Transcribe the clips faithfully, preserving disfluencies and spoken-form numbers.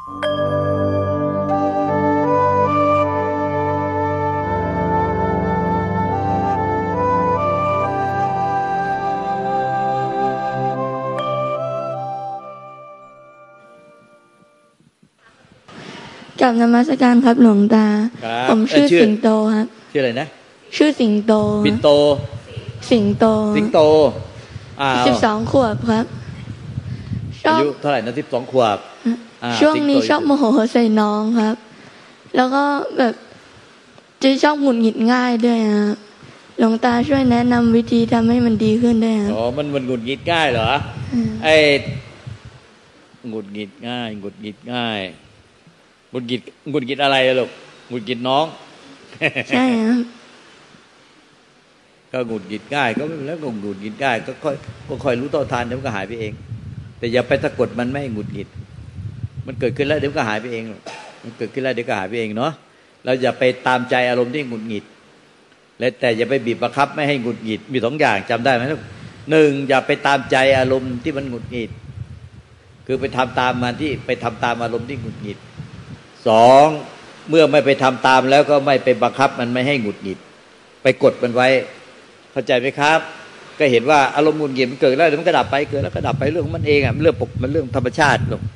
กับนมัสการครับหลวงตาผมชื่อสิงโตครับชื่ออะไรนะชื่อสิงโตปิ่นโตสิงโตสิงโตอ่าสิบสองขวบครับอายุเท่าไหร่นะสิบสองขวบช่วงนี้ชอบโมโหใส่น้องครับแล้วก็แบบจะชอบหงุดหงิดง่ายด้วยครับหลวงตาช่วยแนะนำวิธีทำให้มันดีขึ้นได้ครับอ๋อมันมันหงุดหงิดง่ายเหรอไอ้หงุดหงิดง่ายหงุดหงิดง่ายหงุดหงิดหงุดหงิดอะไรลูกหงุดหงิดน้องใช่ครับก็หงุดหงิดง่ายก็ไม่เป็นไรก็หงุดหงิดง่ายก็ค่อยก็ค่อยรู้ต่อทานเดี๋ยวมันก็หายไปเองแต่อย่าไปสะกดมันไม่ให้หงุดหงิดมันเกิดขึ้นแล้วเดี๋ยวก็หายไปเองมันเกิดขึ้นแล้วเดี๋ยวก็หายไปเองเนาะเราอย่าไปตามใจอารมณ์ที่หงุดหงิดและแต่อย่าไปบีบบังคับไม่ให้หงุดหงิดมีสองอย่างจำได้ไหมลูกหนึ่งอย่าไปตามใจอารมณ์ที่มันหงุดหงิดคือไปทำตามมันที่ไปทำตามอารมณ์ที่หงุดหงิดสองเมื่อไม่ไปทำตามแล้วก็ไม่ไปบังคับมันไม่ให้หงุดหงิดไปกดมันไว้เข้าใจไหมครับก็เห็นว่าอารมณ์หงุดหงิดมันเกิดแล้วเดี๋ยวมันก็ดับไปเกิดแล้วก็ดับไปเรื่องของมันเองอ่ะมันเรื่องปกมันเรื่องธรรมชาติลูก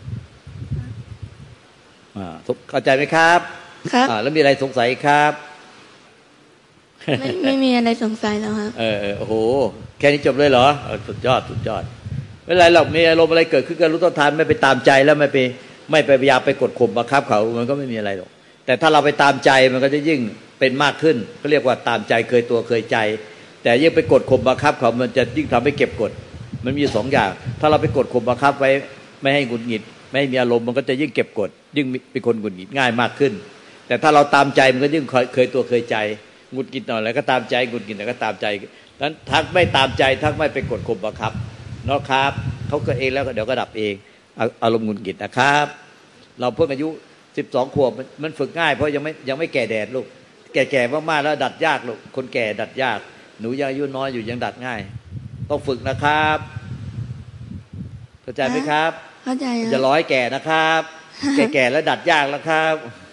อ่าเข้าใจไหมครับครับอ่าแล้วมีอะไรสงสัยครับไม่ไม่มีอะไรสงสัยแล้วครับเออโอ้โหแค่นี้จบเลยเหรอสุดยอดสุดยอดไม่เป็นไรหรอกมีอารมณ์อะไรเกิดขึ้นก็รู้ต้นทานไม่ไปตามใจแล้วไม่ไปไม่ไปพยายามไปกดข่มบังคับเขามันก็ไม่มีอะไรหรอกแต่ถ้าเราไปตามใจมันก็จะยิ่งเป็นมากขึ้นก็เรียกว่าตามใจเคยตัวเคยใจแต่ยิ่งไปกดข่มบังคับเขามันจะยิ่งทำให้เก็บกดมันมีสองอย่างถ้าเราไปกดข่มบังคับไว้ไม่ให้หงุดหงิดไม่ให้มีอารมณ์มันก็จะยิ่งเก็บกดยิ่งเป็นคนหงุดหงิดง่ายมากขึ้นแต่ถ้าเราตามใจมันก็ยิ่งเคยตัวเคยใจหงุดหงิดหน่อยแล้วก็ตามใจหงุดหงิดแล้วก็ตามใจนั้นทักไม่ตามใจทักไม่ไปกดข่มบังคับเนาะครับเขาก็เองแล้วก็เดี๋ยวก็ดับเองอารมณ์หงุดหงิดนะครับเราเพิ่งอายุสิบสองขวบมันฝึกง่ายเพราะยังไม่ยังไม่แก่แดดลูกแก่ๆมากๆแล้วดัดยากลูกคนแก่ดัดยากหนูยังอายุน้อยอยู่ยังดัดง่ายต้องฝึกนะครับเข้าใจไหมครับเข้าใจจะร้อยแก่นะครับแก่ๆแล้วดัดยากแล้วครับ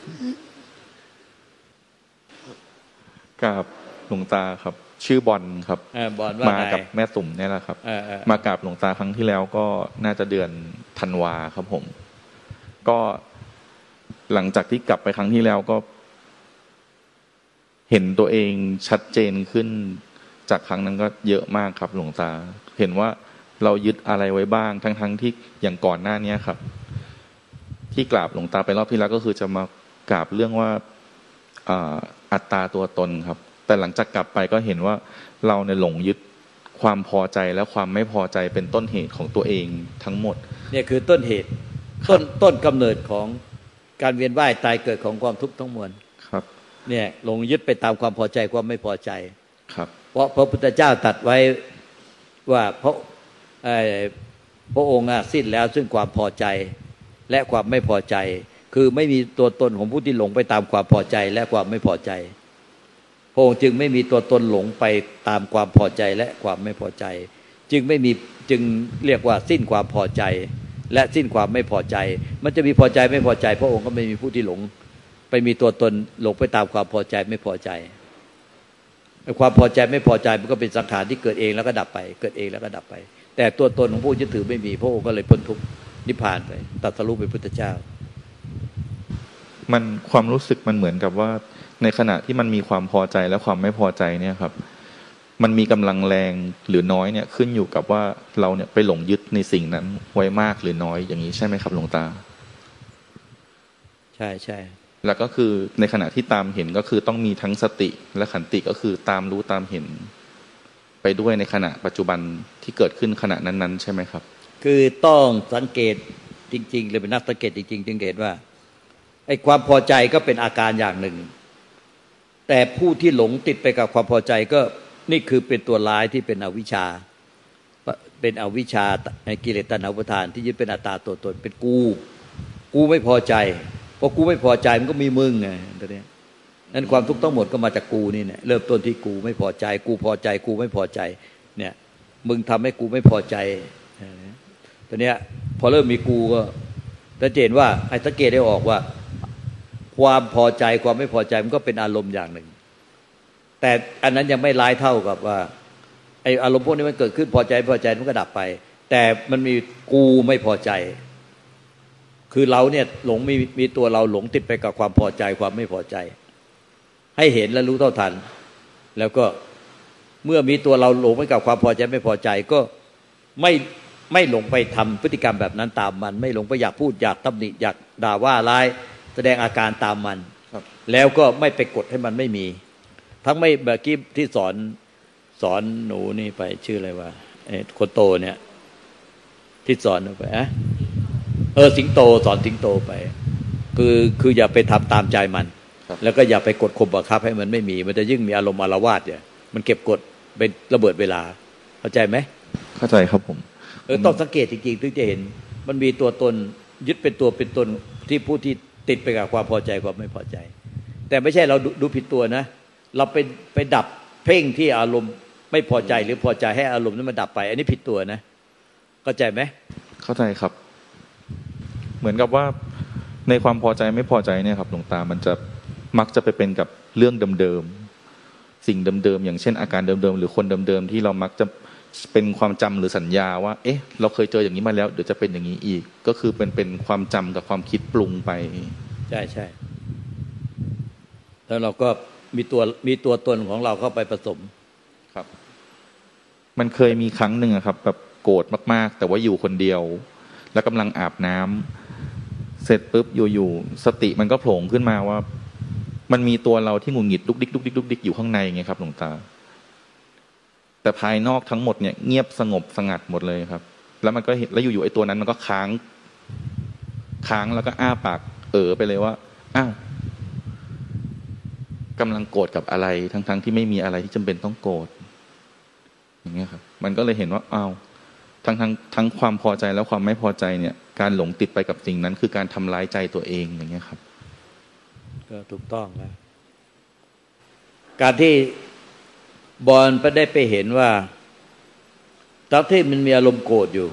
กับหลวงตาครับชื่อบอลครับมากับแม่สุ่มนี่แหละครับมากับหลวงตาครั้งที่แล้วก็น่าจะเดือนธันวาครับผมก็หลังจากที่กลับไปครั้งที่แล้วก็เห็นตัวเองชัดเจนขึ้นจากครั้งนั้นก็เยอะมากครับหลวงตาเห็นว่าเรายึดอะไรไว้บ้างทั้งๆที่อย่างก่อนหน้านี้ครับที่กราบหลวงตาไปรอบที่แล้วก็คือจะมากราบเรื่องว่าอัตตาตัวตนครับแต่หลังจากกลับไปก็เห็นว่าเราเนี่ยหลงยึดความพอใจและความไม่พอใจเป็นต้นเหตุของตัวเองทั้งหมดเนี่ยคือต้นเหตุต้นต้นกำเนิดของการเวียนว่ายตายเกิดของความทุกข์ทั้งมวลครับเนี่ยหลงยึดไปตามความพอใจความไม่พอใจครับเพราะพระพุทธเจ้าตรัสไว้ว่าเพราะพระองค์สิ้นแล้วซึ่งความพอใจและความไม่พอใจคือไม่มีตัวตนของผู้ที่หลงไปตามความพอใจและความไม่พอใจพระองค์จึงไม่มีตัวตนหลงไปตามความพอใจและความไม่พอใจจึงไม่มีจึงเรียกว่าสิ้นความพอใจและสิ้นความไม่พอใจมันจะมีพอใจไม่พอใจพระองค์ก็ไม่มีผู้ที่หลงไปมีตัวตนหลงไปตามความพอใจไม่พอใจความพอใจไม่พอใจมันก็เป็นสังขารที่เกิดเองแล้วก็ดับไปเกิดเองแล้วก็ดับไปแต่ตัวตนของผู้ยึดถือไม่มีพระองค์ก็เลยพ้นทุกข์นิพพานไปตรัสรู้เป็นพุทธเจ้ามันความรู้สึกมันเหมือนกับว่าในขณะที่มันมีความพอใจและความไม่พอใจเนี่ยครับมันมีกำลังแรงหรือน้อยเนี่ยขึ้นอยู่กับว่าเราเนี่ยไปหลงยึดในสิ่งนั้นไว้มากหรือน้อยอย่างนี้ใช่ไหมครับหลวงตาใช่ใช่แล้วก็คือในขณะที่ตามเห็นก็คือต้องมีทั้งสติและขันติก็คือตามรู้ตามเห็นไปด้วยในขณะปัจจุบันที่เกิดขึ้นขณะนั้นๆใช่ไหมครับคือต้องสังเกตจริงๆเลยเป็นนักสังเกตจริงๆจึงเห็นว่าไอ้ความพอใจก็เป็นอาการอย่างหนึ่งแต่ผู้ที่หลงติดไปกับความพอใจก็นี่คือเป็นตัวร้ายที่เป็นอวิชชาเป็นอวิชชาในกิเลสตัณหาอุปาทานที่ยึดเป็นอัตตาตัวตนเป็นกูกูไม่พอใจพอกูไม่พอใจมันก็มีมึงไงตัวนี้นั้นความทุกข์ทั้งหมดก็มาจากกูนี่เนี่ยเริ่มต้นที่กูไม่พอใจกูพอใจกูไม่พอใจเนี่ยมึงทำให้กูไม่พอใจตัวเนี้ยพอเริ่มมีกูก็แต่เห็นว่าไอ้สังเกตได้ออกว่าความพอใจความไม่พอใจมันก็เป็นอารมณ์อย่างหนึ่งแต่อันนั้นยังไม่ร้ายเท่ากับว่าไอ้อารมณ์พวกนี้มันเกิดขึ้นพอใจพอใจมันก็ดับไปแต่มันมีกูไม่พอใจคือเราเนี่ยหลงมีมีตัวเราหลงติดไปกับความพอใจความไม่พอใจให้เห็นและรู้เท่าทันแล้วก็เมื่อมีตัวเราหลงไปกับความพอใจไม่พอใจก็ไม่ไม่หลงไปทำพฤติกรรมแบบนั้นตามมันไม่หลงไปอยากพูดอยากตำหนิอยากด่าว่าร้ายแสดงอาการตามมันแล้วก็ไม่ไปกดให้มันไม่มีทั้งไม่เมื่อกี้ที่สอนสอนหนูนี่ไปชื่ออะไรวะไอ้คนโตเนี่ยที่สอนไปอะเออสิงโตสอนสิงโตไปคือคืออย่าไปทำตามใจมันแล้วก็อย่าไปกดข่มบังคับให้มันไม่มีมันจะยิ่งมีอารมณ์อาละวาดเนี่ยมันเก็บกดเป็นระเบิดเวลาเข้าใจไหมเข้าใจครับผมเออต้องสังเกตจริงๆถึงจะเห็นมันมีตัวตนยึดเป็นตัวเป็นตนที่ผู้ที่ติดไปกับความพอใจความไม่พอใจแต่ไม่ใช่เราดูผิดตัวนะเราไปไปดับเพ่งที่อารมณ์ไม่พอใจหรือพอใจให้อารมณ์นั้นมันดับไปอันนี้ผิดตัวนะเข้าใจไหมเข้าใจครับเหมือนกับว่าในความพอใจไม่พอใจเนี่ยครับหลวงตามันจะมักจะไปเป็นกับเรื่องเดิมๆสิ่งเดิมๆอย่างเช่นอาการเดิมๆหรือคนเดิมๆที่เรามักจะเป็นความจำหรือสัญญาว่าเอ๊ะเราเคยเจออย่างนี้มาแล้วเดี๋ยวจะเป็นอย่างนี้อีกก็คือเป็นเป็นความจำกับความคิดปรุงไปใช่ใช่แล้วเราก็มีตัวมีตัวตนของเราเข้าไปผสมครับมันเคยมีครั้งหนึ่งครับแบบโกรธมากๆแต่ว่าอยู่คนเดียวแล้วกำลังอาบน้ำเสร็จปุ๊บอยู่ๆสติมันก็โผล่ขึ้นมาว่ามันมีตัวเราที่หงุดหงิดลุกดิกลุกดิกลุกดิกอยู่ข้างในไงครับหลวงตาแต่ภายนอกทั้งหมดเนี่ยเงียบสงบสงัดหมดเลยครับแล้วมันก็เห็นแล้วอยู่ๆไอ้ตัวนั้นมันก็ค้างค้างแล้วก็อ้าปากเออไปเลยว่าอ้าวกำลังโกรธกับอะไรทั้งๆที่ไม่มีอะไรที่จำเป็นต้องโกรธอย่างเงี้ยครับมันก็เลยเห็นว่าอ้าวทั้งทั้งทั้งความพอใจแล้วความไม่พอใจเนี่ยการหลงติดไปกับสิ่งนั้นคือการทำร้ายใจตัวเองอย่างเงี้ยครับก็ถูกต้องแล้วการที่บอลไปได้ไปเห็นว่าตอนที่มันมีอารมณ์โกรธอยู่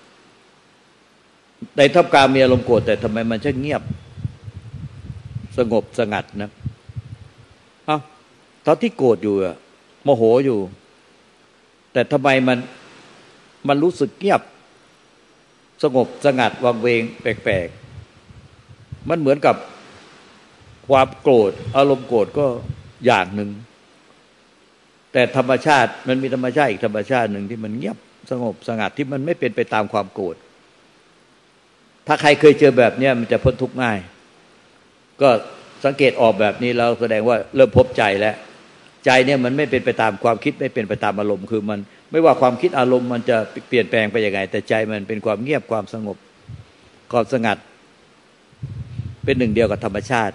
ในท่ามกลางมีอารมณ์โกรธแต่ทำไมมันช่างเงียบสงบสงัดนะเอ้าตอนที่โกรธอยู่อะโมโหอยู่แต่ทำไมมันมันรู้สึกเงียบสงบสงัดวังเวงแปลกๆมันเหมือนกับความโกรธอารมณ์โกรธก็อย่างหนึ่งแต่ธรรมชาติมันมีธรรมชาติอีกธรรมชาติหนึ่งที่มันเงียบสงบสงัดที่มันไม่เป็นไปตามความโกรธถ้าใครเคยเจอแบบนี้มันจะพ้นทุกข์ง่ายก็สังเกตออกแบบนี้แล้วแสดงว่าเริ่มพบใจแล้วใจเนี่ยมันไม่เป็นไปตามความคิดไม่เป็นไปตามอารมณ์คือมันไม่ว่าความคิดอารมณ์มันจะเปลี่ยนแปลงไปยังไงแต่ใจมันเป็นความเงียบความสงบความสงัดเป็นหนึ่งเดียวกับธรรมชาติ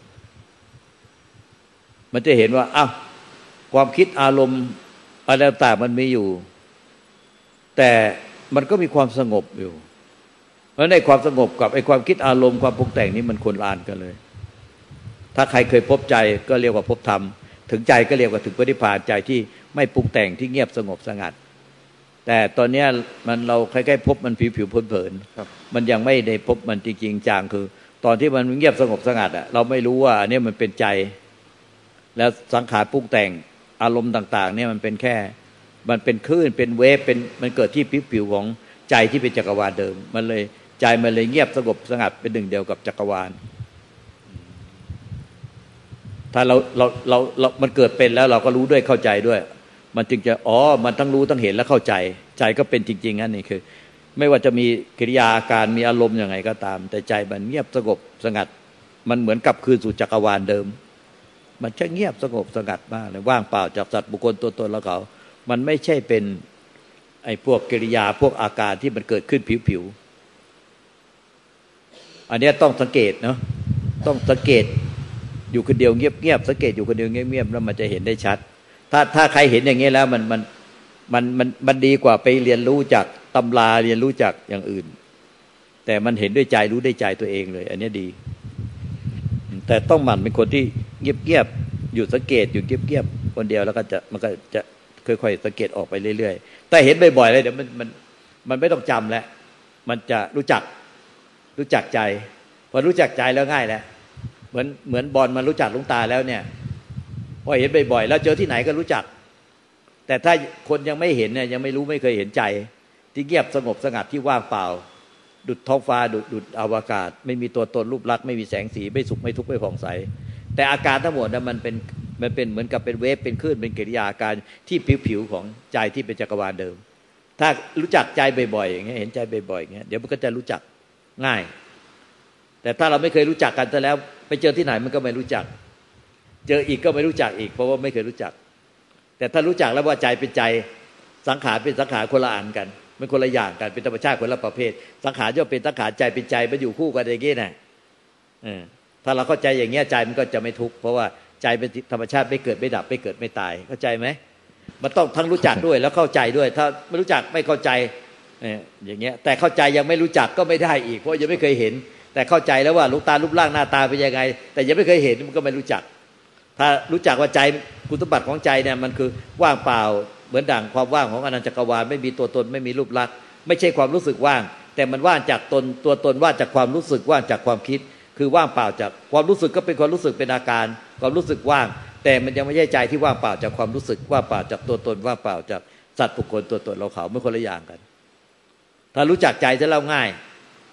มันจะเห็นว่าอ้าวความคิดอารมณ์อะไรต่างมันมีอยู่แต่มันก็มีความสงบอยู่เพราะในความสงบกับไอ้ความคิดอารมณ์ความปรุงแต่งนี้มันคนละอันกันเลยถ้าใครเคยพบใจก็เรียกว่าพบธรรมถึงใจก็เรียกว่าถึงพระนิพพานใจที่ไม่ปรุงแต่งที่เงียบสงบสงัดแต่ตอนนี้มันเราใกล้ๆพบมันผิวๆเผินๆมันยังไม่ได้พบมันจริงๆจังคือตอนที่มันเงียบสงบสงัดอ่ะเราไม่รู้ว่าอันนี้มันเป็นใจแล้วสังขารปรุงแต่งอารมณ์ต่างๆเนี่ยมันเป็นแค่มันเป็นคลื่นเป็นเวฟเป็นมันเกิดที่ผิวๆของใจที่เป็นจักรวาลเดิมมันเลยใจมันเลยเงียบสงบสงัดเป็นหนึ่งเดียวกับจักรวาลถ้าเราเราเราเรามันเกิดเป็นแล้วเราก็รู้ด้วยเข้าใจด้วยมันจึงจะอ๋อมันทั้งรู้ทั้งเห็นและเข้าใจใจก็เป็นจริงๆนั่นนี่คือไม่ว่าจะมีกิริยาอาการมีอารมณ์ยังไงก็ตามแต่ใจมันเงียบสงบสงัดมันเหมือนกับคืนสู่จักรวาลเดิมมันจะเงียบสงบสงัดมากเลยว่างเปล่าจากสัตว์บุคคลตัวตนแล้วเขามันไม่ใช่เป็นไอ้พวกกิริยาพวกอาการที่มันเกิดขึ้นผิวๆอันนี้ต้องสังเกตเนาะต้องสังเกตอยู่คนเดียวเงียบๆสังเกตอยู่คนเดียวเงียบๆแล้วมันจะเห็นได้ชัดถ้าถ้าใครเห็นอย่างนี้แล้วมันมันมันมันมันดีกว่าไปเรียนรู้จากตำราเรียนรู้จากอย่างอื่นแต่มันเห็นด้วยใจรู้ด้วยใจตัวเองเลยอันนี้ดีแต่ต้องหมั่นเป็นคนที่เงียบๆอยู่สังเกตอยู่เงียบๆคนเดียวแล้วก็จะมันก็จะค่อยๆสังเกตออกไปเรื่อยๆแต่เห็นบ่อยๆเลยเดี๋ยวมันมันมันไม่ต้องจำแล้วมันจะรู้จักรู้จักใจพอรู้จักใจแล้วง่ายแล้วเหมือนเหมือนบอลมันรู้จักหลวงตาแล้วเนี่ยพอเห็นบ่อยๆแล้วเจอที่ไหนก็รู้จักแต่ถ้าคนยังไม่เห็นเนี่ยยังไม่รู้ไม่เคยเห็นใจที่เงียบสงบสงัดที่ว่างเปล่าดุจท้องฟ้าดุจดุจอวกาศไม่มีตัวตนรูปลักษณ์ไม่มีแสงสีไม่สุขไม่ทุกข์ไม่ผ่องใสแต่อาการทั้งหมดนั้นมันเป็นมันเป็นเหมือนกับเป็นเวฟเป็นคลื่นเป็นกิริยาการที่ผิวๆของใจที่เป็นจักรวาลเดิมถ้ารู้จักใจบ่อยๆอย่างเงี้ยเห็นใจบ่อยๆอย่างเงี้ยเดี๋ยวมันก็จะรู้จักง่ายแต่ถ้าเราไม่เคยรู้จักกันซะแล้วไปเจอที่ไหนมันก็ไม่รู้จักเจออีกก็ไม่รู้จักอีกเพราะว่าไม่เคยรู้จักแต่ถ้ารู้จักแล้วว่าใจเป็นใจสังขารเป็นสังขารคนละอันกันมันคนละอย่างกันเป็นธรรมชาติคนละประเภทสังขารย่อมเป็นสังขารใจเป็นใจมันอยู่คู่กันอย่างนี้นะถ้าเราเข้าใจอย่างเงี้ยใจมันก็จะไม่ทุกข์เพราะว่าใจเป็นธรรมชาติไม่เกิดไม่ดับไม่เกิดไม่ตายเข้าใจไหมมันต้องทั้งรู้จักด้วยแล้วเข้าใจด้วยถ้าไม่รู้จักไม่เข้าใจอย่างเงี้ยแต่เข้าใจยังไม่รู้จักก็ไม่ได้อีกเพราะยังไม่เคยเห็นแต่เข้าใจแล้วว่าลูกตารูปร่างหน้าตาเป็นยังไงแต่ยังไม่เคยเห็นมันก็ไม่รู้จักถ้ารู้จักว่าใจคุณสมบัติของใจเนี่ยมันคือว่างเปล่าเหมือนดั่งความว่างของอนันตจักรวาลไม่มีตัวตนไม่มีรูปลักษณ์ไม่ใช่ความรู้สึกว่างแต่มันว่างจากตนตัวตนว่างจากความรู้สึกว่างจากความคิดคือว่างเปล่าจากความรู้สึกก็เป็นความรู้สึกเป็นอาการความรู้สึกว่างแต่มันยังไม่ใช่ใจที่ว่างเปล่าจากความรู้สึกว่างเปล่าจากตัวตนว่างเปล่าจากสัตว์บุคคลตัวตนเราเขาไม่คนละอย่างกันถ้ารู้จักใจจะเล่าง่าย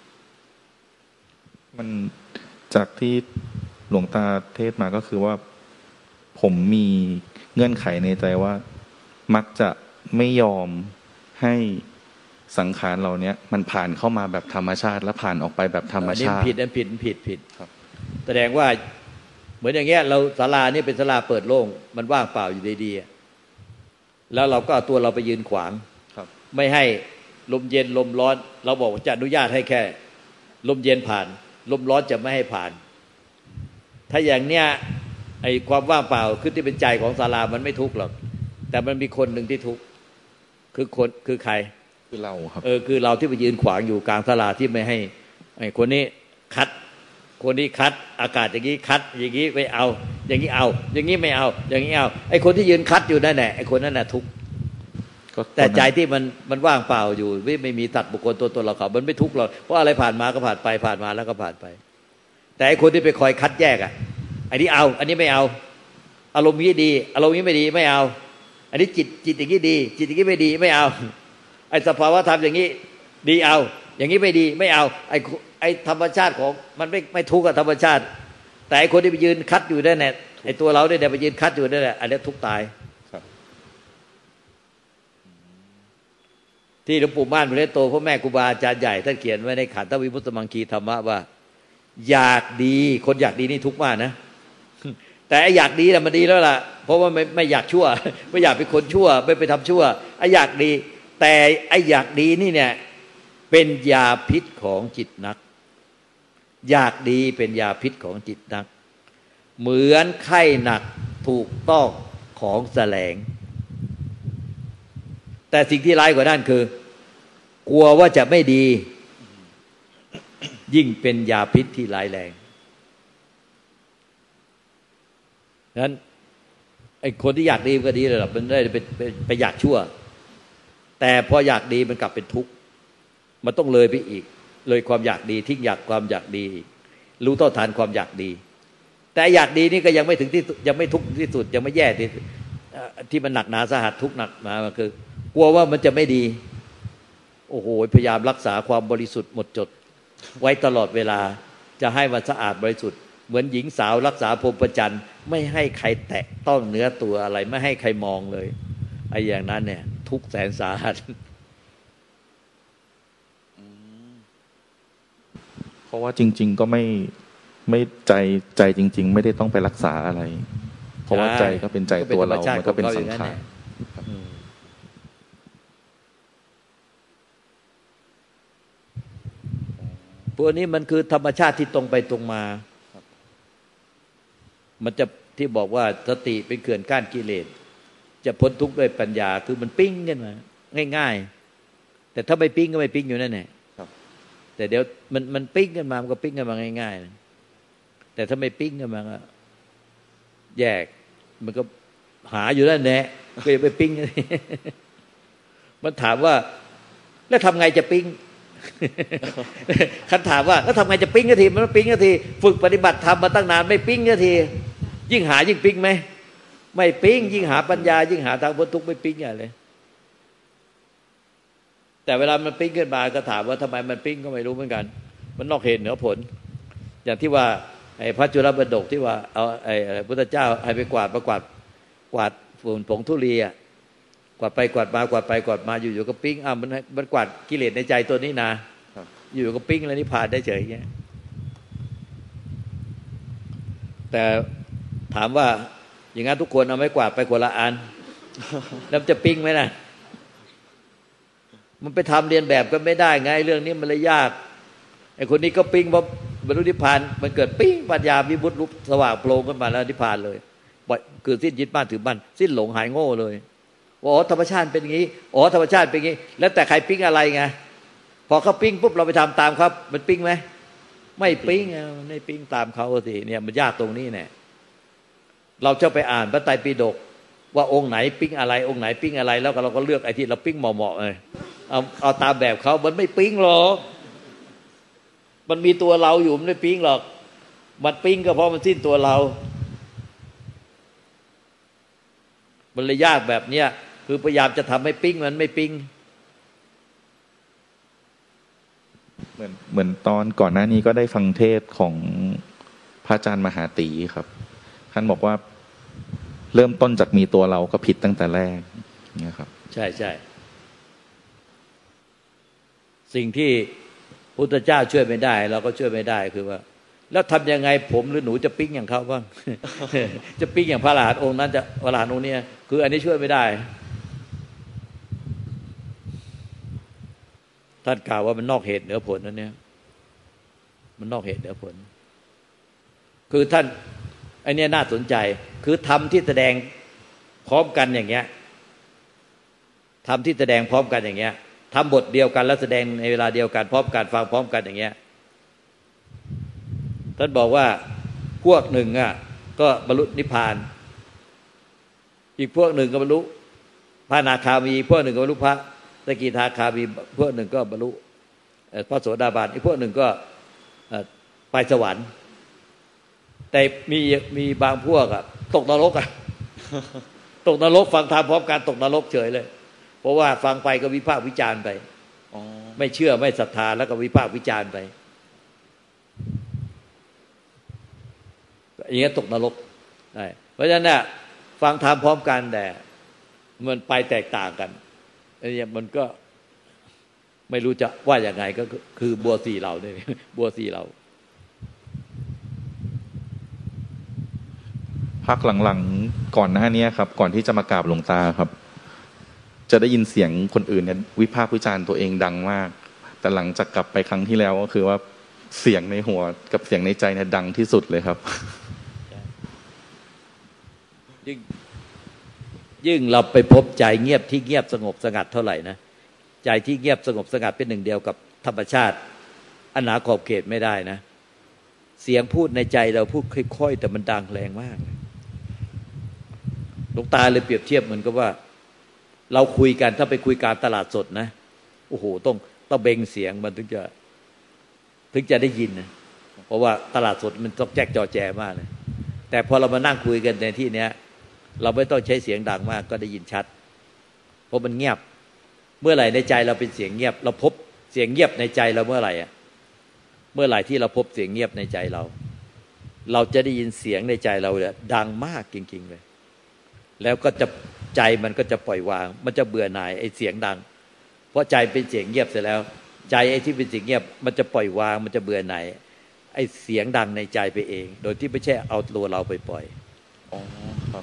มันจากที่หลวงตาเทศมาก็คือว่าผมมีเงื่อนไขในใจว่ามักจะไม่ยอมให้สังขารเหล่านี้มันผ่านเข้ามาแบบธรรมชาติและผ่านออกไปแบบธรรมชาติผิดนั่นผิดผิดผิดครับแสดงว่าเหมือนอย่างเงี้ยเราศาลานี่เป็นศาลาเปิดโล่งมันว่างเปล่าอยู่ดีๆแล้วเราก็เอาตัวเราไปยืนขวางไม่ให้ลมเย็นลมร้อนเราบอกจะอนุญาตให้แค่ลมเย็นผ่านลมร้อนจะไม่ให้ผ่านถ้าอย่างเนี้ยไอ้ความว่างเปล่าคือที่เป็นใจของศาลามันไม่ทุกข์หรอกแต่มันมีคนหนึ่งที่ทุกข์คือคนคือใครคือเราครับเออคือเราที่ไปยืนขวางอยู่กลางศาลาที่ไม่ให้ไอ้คนนี้คัดคนนี้คัดอากาศอย่างนี้คัดอย่างนี้ไม่เอาอย่างนี้เอาอย่างนี้ไม่เอาอย่างนี้เอาไอ้คนที่ยืนคัดอยู่นั่นแหละไอ้คนนั้นน่ะทุกข์แต่ใจที่มันมันว่างเปล่าอยู่ไม่ไม่มีสัตว์บุคคลตัวตนเราเขามันไม่ทุกข์หรอกเพราะอะไรผ่านมาก็ผ่านไปผ่านมาแล้วก็ผ่านไปแต่ไอ้คนที่ไปคอยคัดแยกอ่ะอันนี้เอาอันนี้ไม่เอาอารมณ์นี้ดีอารมณ์นี้ไม่ดีไม่เอาอันนี้จิตจิตอย่างนี้ดีจิตอย่างนี้ไม่ดีไม่เอาไอ้สภาวะธรรมอย่างนี้ดีเอาอย่างนี้ไม่ดีไม่เอาไอ้ไอ้ธรรมชาติของมันไม่ไม่ทุกข์กับธรรมชาติแต่ไอ้คนที่ไปยืนคัดอยู่นั่นแหละไอ้ตัวเราเนี่ยไปยืนคัดอยู่นั่นแหละอันนี้ทุกข์ตายที่หลวงปู่ม่านพระโตพ่อแม่ครูบาอาจารย์ใหญ่ท่านเขียนไว้ในขันธวิมุตตมังคีธรรมะว่าอยากดีคนอยากดีนี่ทุกข์มากนะแต่ไอ้อยากดีน่ะมันดีแล้วล่ะเพราะว่าไม่ไม่อยากชั่วไม่อยากเป็นคนชั่วไม่ไปทำชั่วไอ้อยากดีแต่ไอ้อยากดีนี่เนี่ยเป็นยาพิษของจิตนักอยากดีเป็นยาพิษของจิตนักเหมือนไข้หนักถูกต้องของแสลงแต่สิ่งที่ร้ายกว่านั้นคือกลัวว่าจะไม่ดียิ่งเป็นยาพิษที่ร้ายแรงนั้นไอ้คนที่อยากดีก็ดีเลยหรอกมันได้ไปไปไปอยากชั่วแต่พออยากดีมันกลับเป็นทุกข์มันต้องเลยไปอีกเลยความอยากดีทิ้งอยากความอยากดีรู้เท่าทันความอยากดีแต่อยากดีนี่ก็ยังไม่ถึงที่ยังไม่ทุกข์ที่สุดยังไม่แย่ที่ที่มันหนักหนาสาหัสทุกข์หนักมาคือกลัวว่ามันจะไม่ดีโอ้โหพยายามรักษาความบริสุทธิ์หมดจดไว้ตลอดเวลาจะให้มันสะอาดบริสุทธิ์เหมือนหญิงสาวรักษาพรหมจรรย์ไม่ให้ใครแตะต้องเนื้อตัวอะไรไม่ให้ใครมองเลยไอ้อย่างนั้นเนี่ยทุกข์แสนสาหัสเพราะว่าจริงๆก็ไม่ไม่ใจใจจริงๆไม่ได้ต้องไปรักษาอะไรเพราะว่าใจก็เป็นใจตัวเรามันก็เป็นสังขารพวกนี้มันคือธรรมชาติที่ตรงไปตรงมามันจะที่บอกว่าสติเป็นเขื่อนกั้นกิเลสจะพ้นทุกข์ด้วยปัญญาคือมันปิ้งขึ้นมาง่ายๆแต่ถ้าไม่ปิ้งก็ไม่ปิ้งอยู่นั่นแหละแต่เดี๋ยวมันมันปิ้งขึ้นมามันก็ปิ้งขึ้นมาง่ายๆแต่ถ้าไม่ปิ้งขึ้นมาก็แยกมันก็หาอยู่นั่นแหละก็อย่าไปปิ้งมันถามว่าแล้วทำไงจะปิ้งคันถามว่าแล้วทำไงจะปิ๊งกันทีมันไม่ปิ๊งกันทีฝึกปฏิบัติธรรมมาตั้งนานไม่ปิ๊งกันทียิ่งหายิ่งปิ๊งไหมไม่ปิ๊งยิ่งหาปัญญายิ่งหาทางพ้นทุกข์ไม่ปิ๊งอย่างเลยแต่เวลามันปิ๊งขึ้นมาก็ถามว่าทำไมมันปิ๊งก็ไม่รู้เหมือนกันมันนอกเหตุเหนือผลอย่างที่ว่าไอ้พระจุลบดกที่ว่าเอาไอ้พุทธเจ้าให้ไปกวาดประกวาดกวาดฝุ่นผงธุลีอ่ะกวาดไปกวาดมากวาดไปกวาดมาอยู่ๆก็ปิ๊งอ่ะมันมันกวาดกิเลสในใจตัวนี้นะอยู่ก็ปิ๊งแล้วนิพพานได้เฉยอย่างเงี้ยแต่ถามว่าอย่างนั้นทุกคนเอาไม้กวาดไปคนละอันแล้วจะปิ๊งไหมนะมันไปทำเรียนแบบก็ไม่ได้ไงเรื่องนี้มันเลยยากไอ้คนนี้ก็ปิ๊งเพราะบรรลุนิพพานมันเกิดปิ๊งปัญญาวิมุตติรูปสว่างโปร่งขึ้นมาแล้วนิพพานเลยคือสิ้นยึดบ้านถือบ้านสิ้นหลงหายโง่เลยอ๋อธรรมชาติเป็นอย่างนี้อ๋อธรรมชาติเป็นอย่างนี้แล้วแต่ใครปิ๊งอะไรไงพอเขาปิ๊งปุ๊บเราไปทำตามครับมันปิ๊งไหมไม่ปิ๊งไงไม่ปิ๊งตามเขาสิเนี่ยมันยากตรงนี้เนี่ยเราจะไปอ่านพระไตรปิฎกว่าองค์ไหนปิ๊งอะไรองค์ไหนปิ๊งอะไรแล้วเราก็เลือกไอ้ที่เราปิ๊งเหมาะๆเลยเอาเอาตามแบบเขามันไม่ปิ๊งหรอกมันมีตัวเราอยู่มันไม่ปิ๊งหรอกมันปิ๊งก็เพราะมันสิ้นตัวเรามันเลยยากแบบเนี้ยคือพยายามจะทำให้ปิ๊งมันไม่ปิ๊งเหมือนเหมือนตอนก่อนหน้านี้ก็ได้ฟังเทศของพระอาจารย์มหาตีครับท่านบอกว่าเริ่มต้นจากมีตัวเราก็ผิดตั้งแต่แรกเนี่ยครับใช่ใช่สิ่งที่พุทธเจ้าช่วยไม่ได้เราก็ช่วยไม่ได้คือว่าแล้วทำยังไงผมหรือหนูจะปิ๊งอย่างเขาบ้าง จะปิ๊งอย่างพระอรหันต์องค์นั้นจะพระอรหันต์องค์นี้คืออันนี้ช่วยไม่ได้ท่านกล่าวว่ามันนอกเหตุเหนือผลนั่นเนี่ยมันนอกเหตุเหนือผลคือท่านไอ้นี่น่าสนใจคือทำที่แสดงพร้อมกันอย่างเงี้ยทำที่แสดงพร้อมกันอย่างเงี้ยทำบทเดียวกันแล้วแสดงในเวลาเดียวกันพร้อมกันฟังพร้อมกันอย่างเงี้ยท่านบอกว่าพวกหนึ่งอ่ะก็บรรลุนิพพานอีกพวกหนึ่งก็บรรลุพระอนาคามีพวกหนึ่งก็บรรลุพระสกิทาคามีพวกหนึ่งก็บรรลุพระโสดาบันอีกพวกหนึ่งก็ไปสวรรค์แต่มีมีบางพวกอ่ะตกนรกอ่ะตกนรกฟังธรรมพร้อมกันตกนรกเฉยเลยเพราะว่าฟังไปก็วิพากษ์วิจารณ์ไปไม่เชื่อไม่ศรัทธาแล้วก็วิพากษ์วิจารณ์ไปอย่างนี้ตกนรกใช่เพราะฉะนั้นเนี่ยฟังธรรมพร้อมกันแต่มันไปแตกต่างกันอันนี้มันก็ไม่รู้จะว่าอย่างไงก็คือบัวสีเราเนี่ยบัวสีเราพักหลังๆก่อนหน้านี้ครับก่อนที่จะมากราบหลวงตาครับจะได้ยินเสียงคนอื่นเนี่ยวิพากษ์วิจารณ์ตัวเองดังมากแต่หลังจากกลับไปครั้งที่แล้วก็คือว่าเสียงในหัวกับเสียงในใจเนี่ยดังที่สุดเลยครับยิ่งยิ่งเราไปพบใจเงียบที่เงียบสงบสงัดเท่าไหร่นะใจที่เงียบสงบสงัดเป็นหนึ่งเดียวกับธรรมชาติอันหนาขอบเขตไม่ได้นะเสียงพูดในใจเราพูดค่อยๆแต่มันดังแรงมากหลวงตาเลยเปรียบเทียบเหมือนกับว่าเราคุยกันถ้าไปคุยการตลาดสดนะโอ้โหต้องต้องเบงเสียงมันถึงจะถึงจะได้ยินนะเพราะว่าตลาดสดมันต้องแจ๊กจอแจมากเลยแต่พอเรามานั่งคุยกันในที่เนี้ยเราไม่ต้องใช้เสียงดังมากก็ได้ยินชัดเพราะมันเงียบเมื่อไหร่ในใจเราเป็นเสียงเงียบเราพบเสียงเงียบในใจเราเมื่อไหร่อ่ะเมื่อไหร่ที่เราพบเสียงเงียบในใจเราเราจะได้ยินเสียงในใจเราเนี่ยดังมากจริงๆเลยแล้วก็จะใจมันก็จะปล่อยวางมันจะเบื่อหน่ายไอ้เสียงดังเพราะใจเป็นเสียงเงียบเสร็จแล้วใจไอ้ที่เป็นเสียงเงียบมันจะปล่อยวางมันจะเบื่อหน่ายไอ้เสียงดังในใจไปเองโดยที่ไม่ใช่เอาตัวเราไปปล่อยอ๋อครับ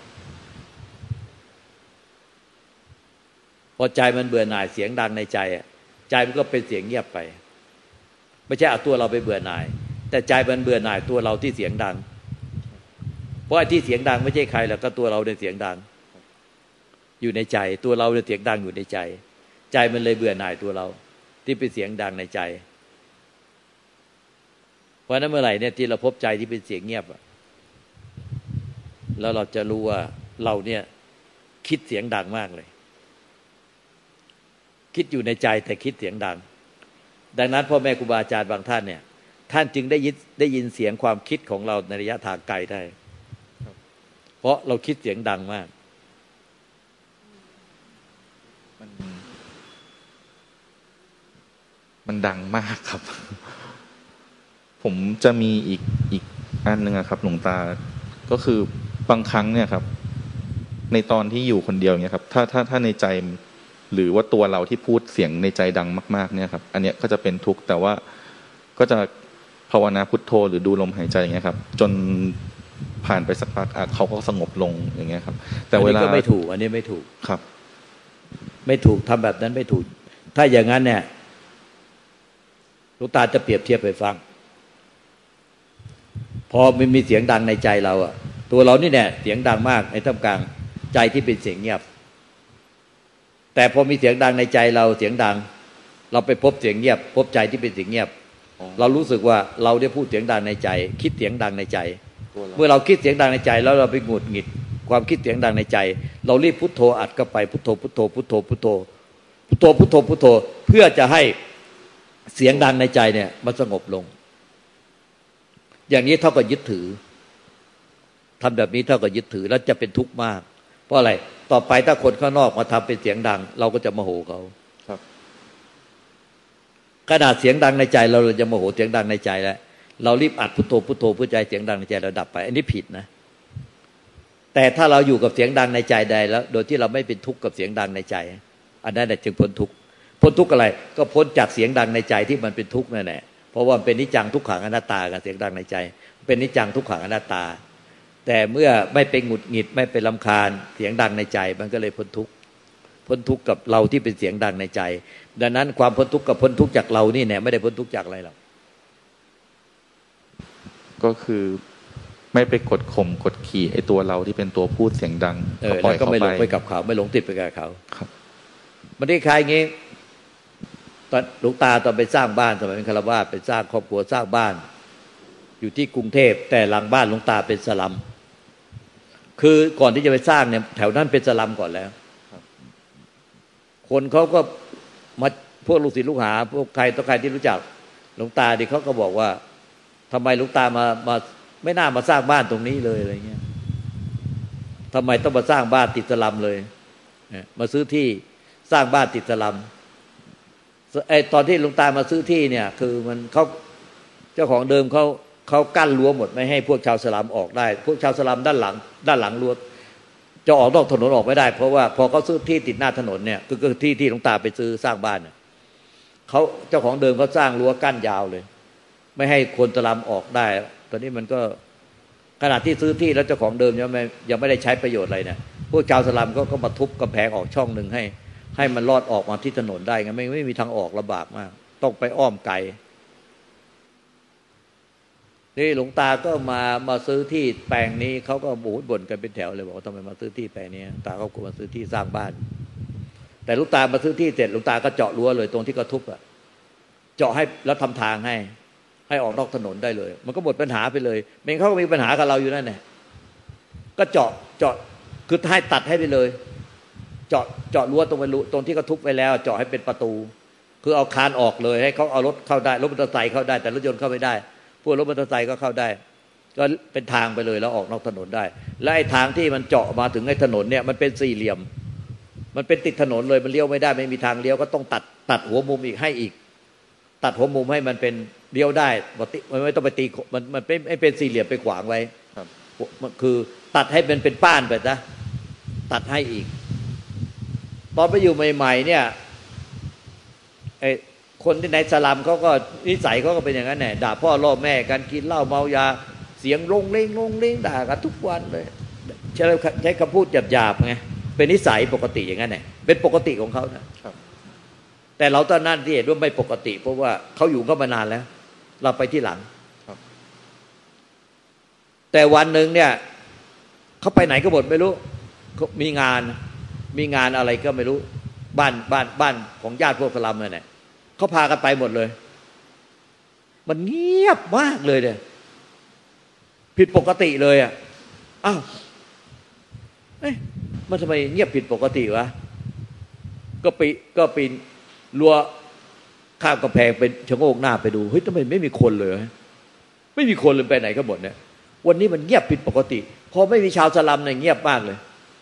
พอใจมันเบื่อหน่ายเสียงดังในใจอ่ะใจมันก็เป็นเสียงเงียบไปไม่ใช่เอาตัวเราไปเบื่อหน่ายแต่ใจมันเบื่อหน่ายตัวเราที่เสียงดังเพราะไอ้ที่เสียงดังไม่ใช่ใครหรอกก็ตัวเราในเสียงดังอยู่ในใจตัวเราในเสียงดังอยู่ในใจใจมันเลยเบื่อหน่ายตัวเราที่เป็นเสียงดังในใจเพราะนั้นเมื่อไหร่เนี่ยที่เราพบใจที่เป็นเสียงเงียบแล้วเราจะรู้ว่าเราเนี่ยคิดเสียงดังมากเลยคิดอยู่ในใจแต่คิดเสียงดังดังนั้นพ่อแม่ครูบาอาจารย์บางท่านเนี่ยท่านจึงได้ยินได้ยินเสียงความคิดของเราในระยะทางไกลได้เพราะเราคิดเสียงดังมากมันมันดังมากครับผมจะมีอีกอีกอันนึงครับหลวงตาก็คือบางครั้งเนี่ยครับในตอนที่อยู่คนเดียวเนี่ยครับถ้าถ้าถ้าในใจหรือว่าตัวเราที่พูดเสียงในใจดังมากๆเนี่ยครับอันเนี้ยก็จะเป็นทุกข์แต่ว่าก็จะภาวนาพุทโธหรือดูลมหายใจอย่างเงี้ยครับจนผ่านไปสักพักเขาก็สงบลงอย่างเงี้ยครับแต่เวลาก็ไม่ถูกอันนี้ไม่ถูกครับไม่ถูกทำแบบนั้นไม่ถูกถ้าอย่างนั้นเนี่ยหลวงตาจะเปรียบเทียบไปฟังพอมันมีเสียงดังในใจเราอะตัวเรานี่แน่เสียงดังมากในท่ามกลางใจที่เป็นเสียงเงียบแต่พอมีเสียงดังในใจเราเสียงดังเราไปพบเสียงเงียบพบใจที่เป็นเสียงเงียบเรารู้สึกว่าเราได้พูดเสียงดังในใจคิดเสียงดังในใจเมื่อเราคิดเสียงดังในใจแล้วเราไปหงุดหงิดความคิดเสียงดังในใจเรารีบพุทโธอัดเข้าไปพุทโธพุทโธพุทโธพุทโธพุทโธพุทโธพุทโธเพื่อจะให้เสียงดังในใจเนี่ยมันสงบลงอย่างนี้เท่ากับยึดถือทำแบบนี้เท่ากับยึดถือแล้วจะเป็นทุกข์มากเพราะอะไรต่อไปถ้าคนข้างนอกมาทำเป็นเสียงดังเราก็จะโมโหเขาครับขนาดเสียงดังในใจเราเราจะโมโหเสียงดังในใจแล้วเรารีบอัดพุทโธพุทโธเพื่อใจเสียงดังในใจเราดับไปอันนี้ผิดนะแต่ถ้าเราอยู่กับเสียงดังในใจใดแล้วโดยที่เราไม่เป็นทุกข์กับเสียงดังในใจอันนั้นแหละจึงพ้นทุกข์พ้นทุกข์อะไรก็พ้นจากเสียงดังในใจที่มันเป็นทุกข์นั่นแหละเพราะว่าเป็นนิจจังทุกขังอนัตตากับเสียงดังในใจเป็นนิจจังทุกขังอนัตตาแต่เมื่อไม่เป็นหงุดหงิดไม่เป็นรำคาญเสียงดังในใจมันก็เลยพ้นทุกข์พ้นทุกข์กับเราที่เป็นเสียงดังในใจดังนั้นความพ้นทุกข์กับพ้นทุกข์จากเรานี่เนี่ยไม่ได้พ้นทุกข์จากอะไรหรอกก็คือไม่ไปกดข่มกดขี่ไอ้ตัวเราที่เป็นตัวพูดเสียงดังก็ปล่อยเขาไปไม่หลงไปกับเขาไม่หลงติดไปกับเขาครับมันได้คล้ายงี้ตอนหลวงตาตอนไปสร้างบ้านสมัยเป็นฆราวาสไปสร้างครอบครัวสร้างบ้านอยู่ที่กรุงเทพแต่หลังบ้านหลวงตาเป็นสลัมคือก่อนที่จะไปสร้างเนี่ยแถวนั้นเป็นสลัมก่อนแล้วคนเขาก็มาพวกลูกศิษย์ลูกหาพวกใครต่อใครที่รู้จักหลวงตาดิเขาก็บอกว่าทำไมหลวงตามามาไม่น่ามาสร้างบ้านตรงนี้เลยอะไรเงี้ยทำไมต้องมาสร้างบ้านติดสลัมเลยมาซื้อที่สร้างบ้านติดสลัมไอ้ตอนที่หลวงตามาซื้อที่เนี่ยคือมันเขาเจ้าของเดิมเขาเขากั้นรั้วหมดไม่ให้พวกชาวสลัมออกได้พวกชาวสลัมด้านหลังด้านหลังรั้วจะออกนอกถนนออกไม่ได้เพราะว่าพอเขาซื้อที่ติดหน้าถนนเนี่ยคือคือที่ที่หลวงตาไปซื้อสร้างบ้านเนี่ยเขาเจ้าของเดิมเขาสร้างรั้วกั้นยาวเลยไม่ให้คนสลัมออกได้ตอนนี้มันก็ขนาดที่ซื้อที่แล้วเจ้าของเดิมยังไม่ยังไม่ได้ใช้ประโยชน์อะไรเนี่ยพวกชาวสลัมก็ก็มาทุบกำแพงออกช่องนึงให้ให้มันรอดออกมาที่ถนนได้ไงไม่ไม่มีทางออกลำบากมากต้องไปอ้อมไกลนี่หลวงตาก็มามาซื้อที่แปลงนี้เขาก็บ่นบ่นกันเป็นแถวเลยบอกว่าทำไมมาซื้อที่แปลงนี้ตาเขาก็มาซื้อที่สร้างบ้านแต่หลวงตามาซื้อที่เสร็จหลวงตาก็เจาะรั้วเลยตรงที่เขาทุบอ่ะเจาะให้แล้วทำทางให้ให้ออกนอกถนนได้เลยมันก็หมดปัญหาไปเลยเมงเขาก็มีปัญหากับเราอยู่นั่นแหละก็เจาะเจาะคือให้ตัดให้ไปเลยเจาะเจาะรั้วตรงไปตรงที่เขาทุบไว้แล้วเจาะให้เป็นประตูคือเอาคานออกเลยให้เขาเอารถเข้าได้รถมอเตอร์ไซค์เข้าได้แต่รถยนต์เข้าไม่ได้พวกรถมอเตอร์ไซค์ก็เข้าได้ก็เป็นทางไปเลยแล้วออกนอกถนนได้และไอ้ทางที่มันเจาะมาถึงไอ้ถนนเนี่ยมันเป็นสี่เหลี่ยมมันเป็นติดถนนเลยมันเลี้ยวไม่ได้ไม่มีทางเลี้ยวก็ต้องตัดตัดหัวมุมอีกให้อีกตัดหัวมุมให้มันเป็นเลี้ยวได้มันไม่ต้องไปตีมันมันไม่เป็นสี่เหลี่ยมไปขวางไว้ครับมันคือตัดให้มันเป็นป้านไปซะตัดให้อีกตอนไปอยู่ใหม่ๆเนี่ยไอ้คนที่ในสลัมเขาก็นิสัยเขาก็เป็นอย่างนั้นแหละด่าพ่อล่อแม่กันกินเหล้าเมายาเสียงลงเล้งลงเล้งด่ากันทุกวันเลยใช้ใช้คำพูดหยาบๆไงเป็นนิสัยปกติอย่างนั้นแหละเป็นปกติของเขานะครับแต่เราตอนนั้นที่เห็นว่าไม่ปกติเพราะว่าเขาอยู่ก็มานานแล้วเราไปที่หลังครับแต่วันหนึ่งเนี่ยเขาไปไหนก็หมดไม่รู้มีงานมีงานอะไรก็ไม่รู้บ้านบ้านบ้านของญาติพวกสลัมเนี่ยเขาพากันไปหมดเลยมันเงียบมากเลยเนี่ยผิดปกติเลยอ่ะอ้าวเอ๊ะมันทำไมเงียบผิดปกติวะก็ปีก็ปีนรั้วข้ามกำแพงไปชะโงกหน้าไปดูเฮ้ยทำไมไม่มีคนเลยไม่มีคนเลยไปไหนก็หมดเนี่ยวันนี้มันเงียบผิดปกติพอไม่มีชาวสลัมเนี่ยเงียบมากเลย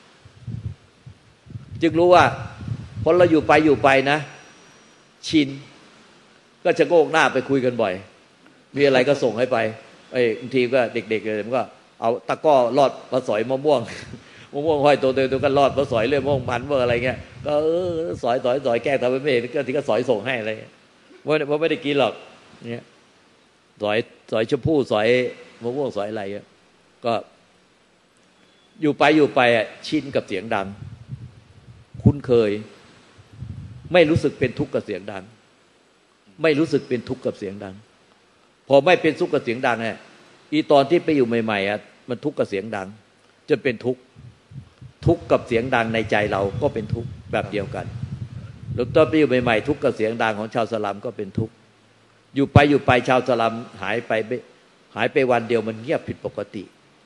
จึงรู้ว่าพอเราอยู่ไปอยู่ไปนะชินก็ชะโงกหน้าไปคุยกันบ่อยมีอะไรก็ส่งให้ไปไอ้บางทีก็เด็กๆเลยมันก็เอาตะก้อลอดมาสอยมะม่วงมะม่วงห้อยตัวเดียวตัวกันรอดมาสอยเรื่องมะม่วงมันเมื่ออะไรเงี้ยก็เออสอยสอยสอยแก้ทำไปไม่เห็นก็ทีก็สอยส่งให้อะไรว่าว่าไม่ได้กินหรอกเนี่ยสอยสอยชมพู่สอยมะม่วงสอยอะไรเงี้ยก็อยู่ไปอยู่ไปอ่ะชินกับเสียงดังคุ้นเคยไม่รู้สึกเป็นทุกข์กับเสียงดังไม่รู้สึกเป็นทุกข์กับเสียงดังพอไม่เป็นทุกข์กับเสียงดังเนี่ยอีตอนที่ไปอยู่ใหม่ๆอ่ะมันทุกข์กับเสียงดังจนเป็นทุกข์ทุกข์กับเสียงดังในใจเราก็เป็นทุกข์แบบเดียวกันแล้วตอนไปอยู่ใหม่ๆทุกข์กับเสียงดังของชาวสลัมก็เป็นทุกข์อยู่ไปอยู่ไปชาวสลัมหายไปหายไปวันเดียวมันเงียบผิดปกติ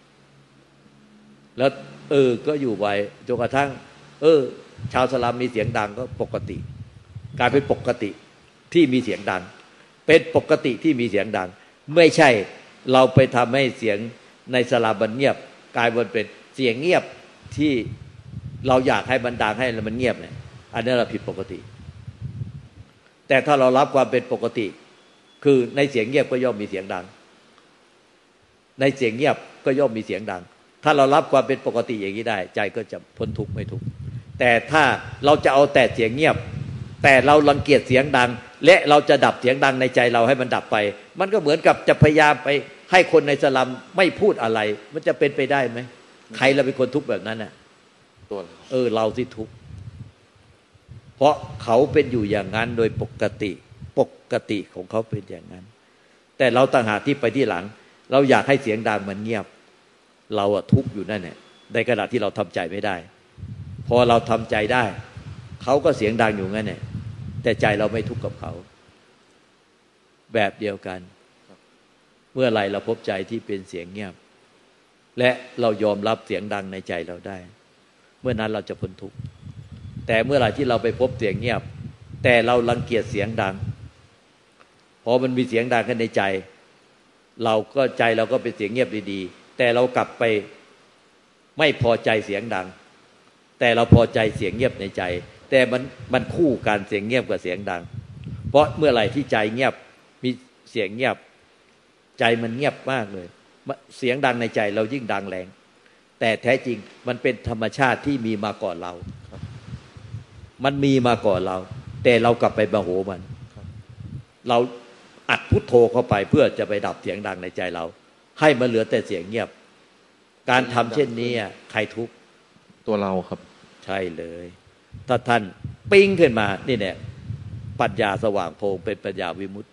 แล้วเออก็อยู่ไว้จนกระทั่งเออชาวสลัมมีเสียงดังก็ปกติกลายเป็นปกติที่มีเสียงดังเป็นปกติที่มีเสียงดังไม่ใช่เราไปทำให้เสียงในสลัมมันเงียบกลายเป็นเสียงเงียบที่เราอยากให้มันดังให้มันเงียบเนี่ยอันนี้เราผิดปกติแต่ถ้าเรารับความเป็นปกติคือในเสียงเงียบก็ย่อมมีเสียงดังในเสียงเงียบก็ย่อมมีเสียงดังถ้าเรารับความเป็นปกติอย่างนี้ได้ใจก็จะพ้นทุกข์ไม่ทุกข์แต่ถ้าเราจะเอาแต่เสียงเงียบแต่เรารังเกียจเสียงดังและเราจะดับเสียงดังในใจเราให้มันดับไปมันก็เหมือนกับจะพยายามไปให้คนในสลัมไม่พูดอะไรมันจะเป็นไปได้ไหมใครเราเป็นคนทุกข์แบบนั้นน่ะตัวเออเราที่ทุกข์เพราะเขาเป็นอยู่อย่างนั้นโดยปกติปกติของเขาเป็นอย่างนั้นแต่เราต่างหากที่ไปที่หลังเราอยากให้เสียงดังมันเงียบเราอะทุกข์อยู่นั่นแหละในขณะที่เราทำใจไม่ได้พอเราทำใจได้เขาก็เสียงดังอยู่งั้นแหละแต่ใจเราไม่ทุกข์กับเขาแบบเดียวกันเมื่อไรเราพบใจที่เป็นเสียงเงียบและเรายอมรับเสียงดังในใจเราได้เมื่อนั้นเราจะพ้นทุกข์แต่เมื่อไหร่ที่เราไปพบเสียงเงียบแต่เรารังเกียจเสียงดังพอมันมีเสียงดังขึ้นในใจเราก็ใจเราก็เป็นเสียงเงียบดีๆแต่เรากลับไปไม่พอใจเสียงดังแต่เราพอใจเสียงเงียบในใจแต่มันมันคู่กันเสียงเงียบกับเสียงดังเพราะเมื่อไหร่ที่ใจเงียบมีเสียงเงียบใจมันเงียบมากเลยเสียงดังในใจเรายิ่งดังแรงแต่แท้จริงมันเป็นธรรมชาติที่มีมาก่อนเรามันมีมาก่อนเราแต่เรากลับไปโมโหมันเราอัดพุทโธเข้าไปเพื่อจะไปดับเสียงดังในใจเราให้มันเหลือแต่เสียงเงียบการทำเช่นนี้ใครทุกข์ตัวเราครับใช่เลยถ้าท่านปิ้งขึ้นมานี่แหละปัญญาสว่างโพงเป็นปัญญาวิมุตติ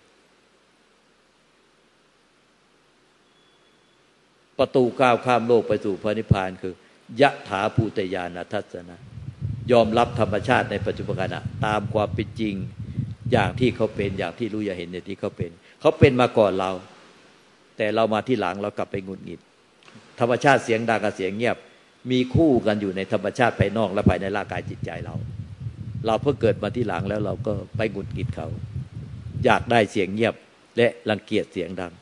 ประตูก้าวข้ามโลกไปสู่พระนิพพานคือยะถาภูตญาณทัศนะยอมรับธรรมชาติในปัจจุบันขณะตามความเป็นจริงอย่างที่เขาเป็นอย่างที่รู้อย่าเห็นอย่างที่เขาเป็นเขาเป็นมาก่อนเราแต่เรามาที่หลังเรากลับไปหงุดหงิดธรรมชาติเสียงดังกับเสียงเงียบมีคู่กันอยู่ในธรรมชาติภายนอกและภายในร่างกายจิตใจเราเราเพิ่งเกิดมาที่หลังแล้วเราก็ไปหงุดหงิดเขาอยากได้เสียงเงียบและรังเกียจเสียงดัง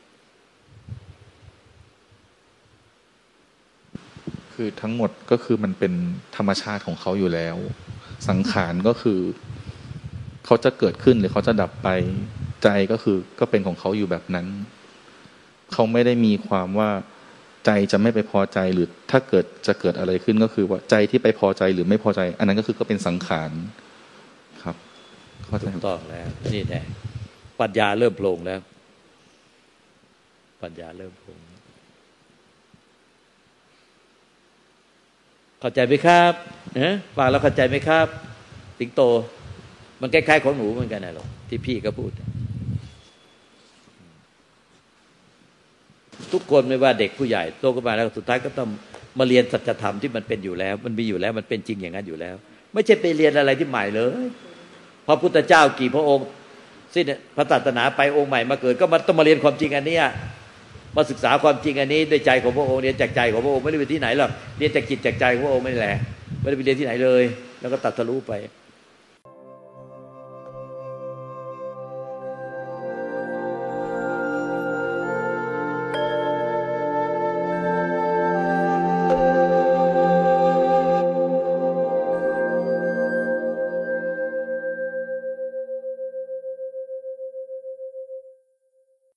คือทั้งหมดก็คือมันเป็นธรรมชาติของเขาอยู่แล้วสังขารก็คือเขาจะเกิดขึ้นหรือเขาจะดับไปใจก็คือก็เป็นของเขาอยู่แบบนั้นเขาไม่ได้มีความว่าใจจะไม่ไปพอใจหรือถ้าเกิดจะเกิดอะไรขึ้นก็คือว่าใจที่ไปพอใจหรือไม่พอใจอันนั้นก็คือก็เป็นสังขารครับเข้าใจถูกต้องแล้วนี่แหละปัญญาเริ่มโผล่แล้วปัญญาเริ่มโผล่เข้าใจไหมครับเอ๊ะฟังแล้วเข้าใจไหมครับสิงโตมันคล้ายๆของหนูเหมือนกันนะหรอกที่พี่ก็พูดทุกคนไม่ว่าเด็กผู้ใหญ่โตขึ้นมาแล้วสุดท้ายก็ต้องมาเรียนสัจธรรมที่มันเป็นอยู่แล้วมันมีอยู่แล้วมันเป็นจริงอย่างนั้นอยู่แล้วไม่ใช่ไปเรียนอะไรที่ใหม่เลยพระพุทธเจ้ากี่พระองค์สิ้นพระศาสนาไปองค์ใหม่มาเกิดก็มาต้องมาเรียนความจริงอันนี้มาศึกษาความจริงอันนี้ด้วยใจของพระองค์เรียนจากใจของพระองค์ไม่ได้ไปที่ไหนหรอกเรียนจากจิตจากใจของพระองค์ไม่แหละไม่ได้ไปเรียนที่ไหนเลยแล้วก็ตัดทะลุไป